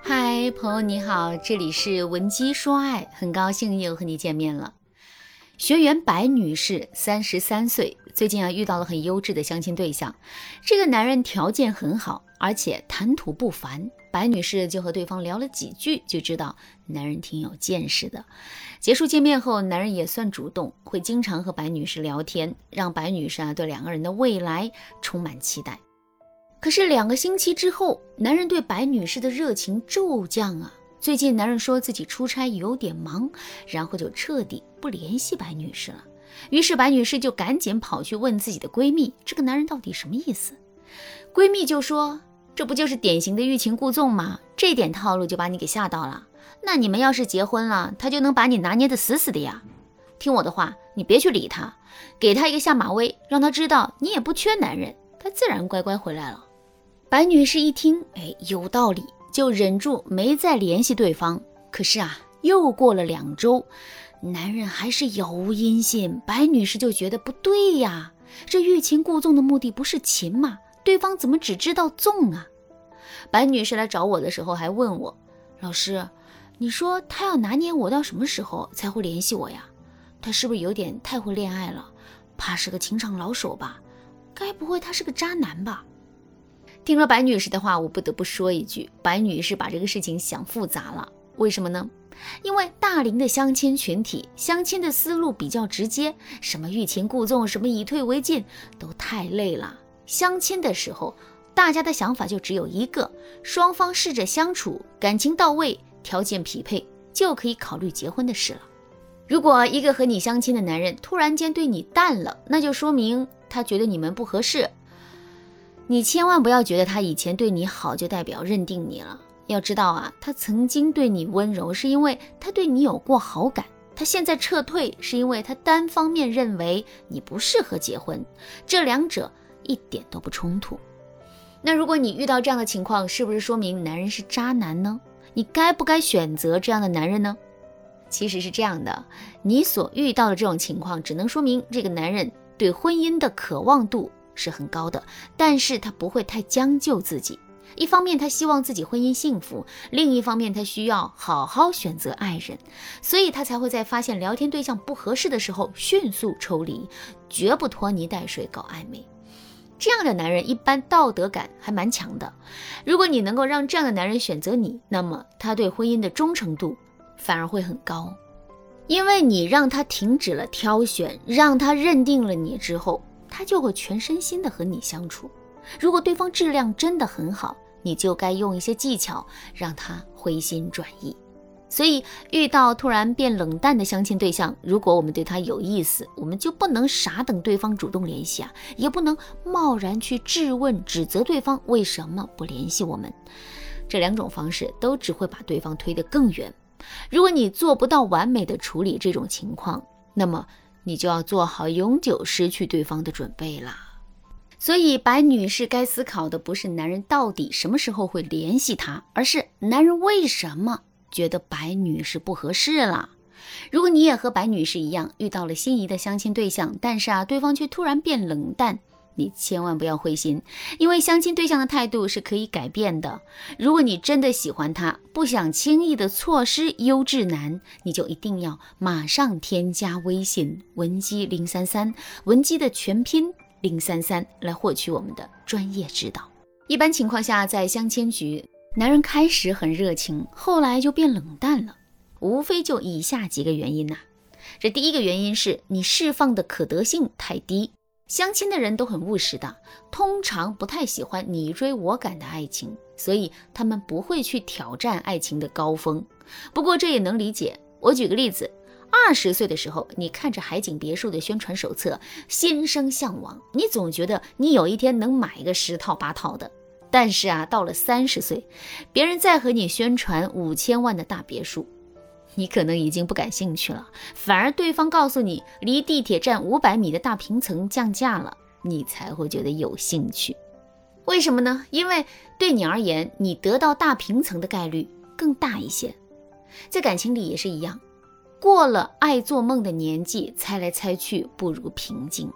嗨，朋友你好，这里是文姬说爱，很高兴又和你见面了。学员白女士33岁，最近遇到了很优质的相亲对象，这个男人条件很好，而且谈吐不凡。白女士就和对方聊了几句，就知道男人挺有见识的。结束见面后，男人也算主动，会经常和白女士聊天，让白女士对两个人的未来充满期待。可是2个星期之后，男人对白女士的热情骤降啊。最近男人说自己出差有点忙，然后就彻底不联系白女士了。于是白女士就赶紧跑去问自己的闺蜜，这个男人到底什么意思？闺蜜就说，这不就是典型的欲擒故纵吗？这点套路就把你给吓到了，那你们要是结婚了，他就能把你拿捏得死死的呀。听我的话，你别去理他，给他一个下马威，让他知道你也不缺男人，他自然乖乖回来了。白女士一听，有道理，就忍住没再联系对方。可是又过了2周，男人还是杳无音信。白女士就觉得不对呀，这欲擒故纵的目的不是擒吗？对方怎么只知道纵啊？白女士来找我的时候还问我，老师，你说他要拿捏我到什么时候才会联系我呀？他是不是有点太会恋爱了？怕是个情场老手吧？该不会他是个渣男吧？听了白女士的话，我不得不说一句，白女士把这个事情想复杂了。为什么呢？因为大龄的相亲群体，相亲的思路比较直接，什么欲擒故纵，什么以退为进，都太累了。相亲的时候，大家的想法就只有一个，双方试着相处，感情到位，条件匹配，就可以考虑结婚的事了。如果一个和你相亲的男人突然间对你淡了，那就说明他觉得你们不合适。你千万不要觉得他以前对你好就代表认定你了，要知道他曾经对你温柔是因为他对你有过好感，他现在撤退是因为他单方面认为你不适合结婚，这2者一点都不冲突。那如果你遇到这样的情况，是不是说明男人是渣男呢？你该不该选择这样的男人呢？其实是这样的，你所遇到的这种情况只能说明这个男人对婚姻的渴望度是很高的，但是他不会太将就自己。一方面他希望自己婚姻幸福，另一方面他需要好好选择爱人，所以他才会在发现聊天对象不合适的时候迅速抽离，绝不拖泥带水搞暧昧。这样的男人一般道德感还蛮强的，如果你能够让这样的男人选择你，那么他对婚姻的忠诚度反而会很高，因为你让他停止了挑选，让他认定了你之后，他就会全身心的和你相处。如果对方质量真的很好，你就该用一些技巧让他回心转意。所以遇到突然变冷淡的相亲对象，如果我们对他有意思，我们就不能傻等对方主动联系也不能贸然去质问指责对方为什么不联系我们。这2种方式都只会把对方推得更远。如果你做不到完美的处理这种情况，那么你就要做好永久失去对方的准备啦。所以白女士该思考的不是男人到底什么时候会联系她，而是男人为什么觉得白女士不合适了。如果你也和白女士一样遇到了心仪的相亲对象，但是对方却突然变冷淡，你千万不要灰心，因为相亲对象的态度是可以改变的。如果你真的喜欢他，不想轻易的错失优质男，你就一定要马上添加微信文姬033，文姬的全拼033，来获取我们的专业指导。一般情况下，在相亲局，男人开始很热情，后来就变冷淡了，无非就以下几个原因这第一个原因是你释放的可得性太低。相亲的人都很务实的，通常不太喜欢你追我赶的爱情，所以他们不会去挑战爱情的高峰。不过这也能理解，我举个例子，20岁的时候，你看着海景别墅的宣传手册，心生向往，你总觉得你有一天能买个10套8套的。但是到了30岁，别人再和你宣传5000万的大别墅，你可能已经不感兴趣了，反而对方告诉你离地铁站500米的大平层降价了，你才会觉得有兴趣。为什么呢？因为对你而言，你得到大平层的概率更大一些。在感情里也是一样，过了爱做梦的年纪，猜来猜去不如平静。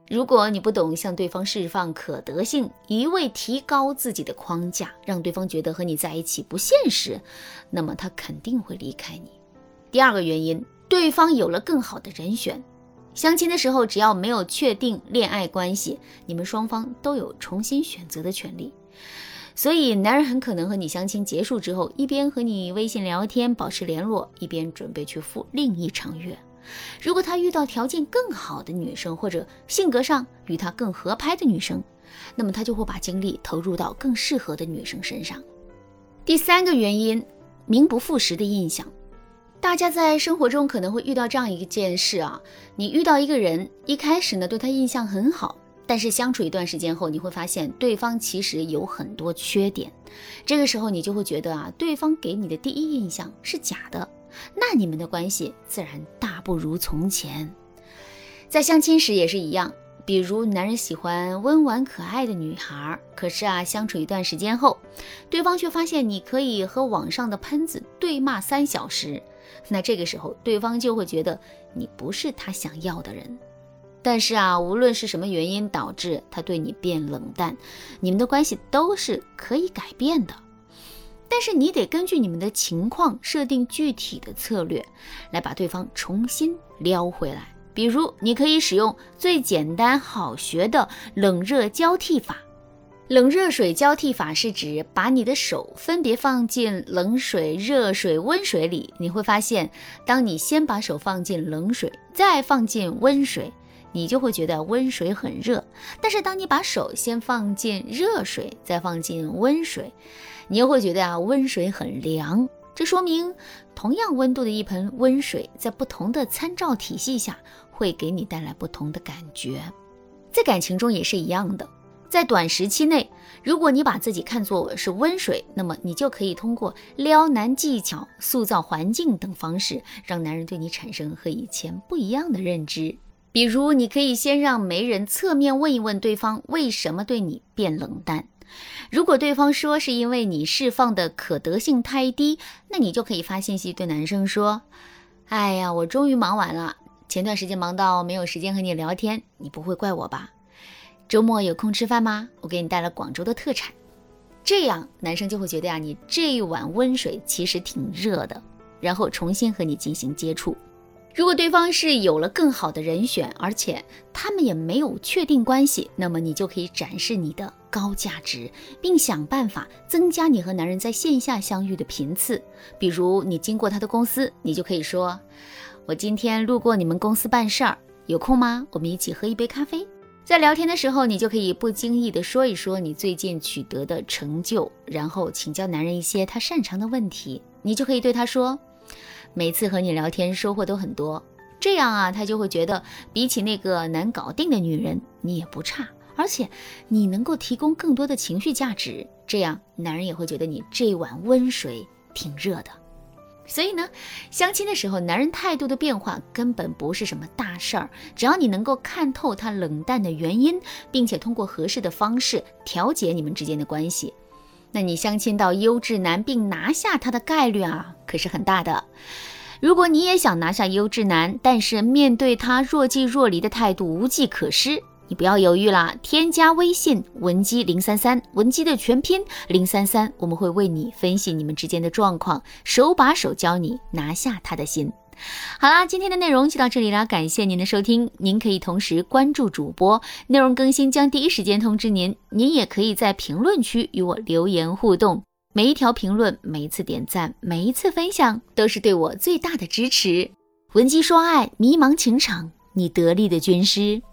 如果你不懂向对方释放可得性，一味提高自己的框架，让对方觉得和你在一起不现实，那么他肯定会离开你。第二个原因，对方有了更好的人选。相亲的时候，只要没有确定恋爱关系，你们双方都有重新选择的权利。所以男人很可能和你相亲结束之后，一边和你微信聊天保持联络，一边准备去赴另一场约。如果他遇到条件更好的女生，或者性格上与他更合拍的女生，那么他就会把精力投入到更适合的女生身上。第三个原因，名不副实的印象。大家在生活中可能会遇到这样一件事啊，你遇到一个人，一开始呢对他印象很好，但是相处一段时间后，你会发现对方其实有很多缺点。这个时候你就会觉得啊，对方给你的第一印象是假的，那你们的关系自然大不如从前。在相亲时也是一样，比如男人喜欢温婉可爱的女孩，可是啊，相处一段时间后，对方却发现你可以和网上的喷子对骂3小时，那这个时候对方就会觉得你不是他想要的人。但是啊，无论是什么原因导致他对你变冷淡，你们的关系都是可以改变的。但是你得根据你们的情况设定具体的策略，来把对方重新撩回来。比如你可以使用最简单好学的冷热交替法。冷热水交替法是指把你的手分别放进冷水、热水、温水里，你会发现当你先把手放进冷水，再放进温水，你就会觉得温水很热。但是当你把手先放进热水，再放进温水，你又会觉得温水很凉。这说明同样温度的一盆温水，在不同的参照体系下，会给你带来不同的感觉。在感情中也是一样的，在短时期内，如果你把自己看作是温水，那么你就可以通过撩男技巧、塑造环境等方式，让男人对你产生和以前不一样的认知。比如你可以先让媒人侧面问一问对方为什么对你变冷淡。如果对方说是因为你释放的可得性太低，那你就可以发信息对男生说，哎呀，我终于忙完了，前段时间忙到没有时间和你聊天，你不会怪我吧？周末有空吃饭吗？我给你带了广州的特产。这样男生就会觉得你这一碗温水其实挺热的，然后重新和你进行接触。如果对方是有了更好的人选，而且他们也没有确定关系，那么你就可以展示你的高价值，并想办法增加你和男人在线下相遇的频次。比如你经过他的公司，你就可以说，我今天路过你们公司办事儿，有空吗？我们一起喝一杯咖啡。在聊天的时候，你就可以不经意地说一说你最近取得的成就，然后请教男人一些他擅长的问题。你就可以对他说，每次和你聊天收获都很多，这样啊，他就会觉得比起那个难搞定的女人，你也不差，而且你能够提供更多的情绪价值，这样男人也会觉得你这碗温水挺热的。所以呢，相亲的时候，男人态度的变化根本不是什么大事儿，只要你能够看透他冷淡的原因，并且通过合适的方式调节你们之间的关系，那你相亲到优质男并拿下他的概率啊，可是很大的。如果你也想拿下优质男，但是面对他若即若离的态度无计可施，你不要犹豫啦，添加微信文姬033，文姬的全拼033，我们会为你分析你们之间的状况，手把手教你拿下他的心。好啦，今天的内容就到这里啦，感谢您的收听。您可以同时关注主播，内容更新将第一时间通知您。您也可以在评论区与我留言互动，每一条评论，每一次点赞，每一次分享，都是对我最大的支持。文姬说爱，迷茫情场，你得力的军师。